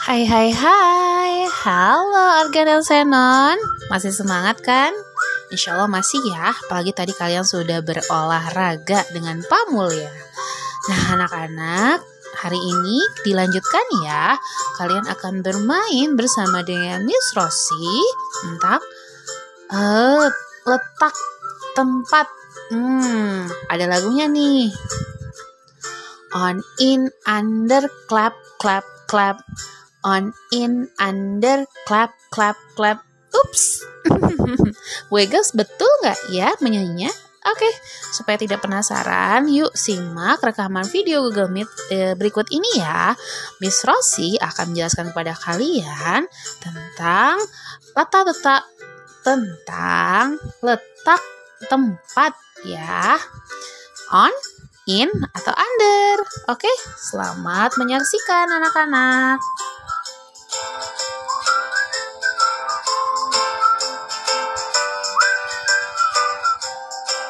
Hai hai hai, halo Argan Senon, masih semangat kan? Insya Allah masih ya, apalagi tadi kalian sudah berolahraga dengan Pamul ya. Nah anak-anak, hari ini dilanjutkan ya, kalian akan bermain bersama dengan Miss Rosie tentang letak tempat. Ada lagunya nih. On, in, under, clap, clap, clap. On, in, under, clap, clap, clap. Ups. Wegas betul nggak ya menyanyinya? Oke, supaya tidak penasaran, yuk simak rekaman video Google Meet berikut ini ya. Miss Rosie akan menjelaskan kepada kalian tentang letak tempat ya. On, in, atau under. Oke, selamat menyaksikan anak-anak.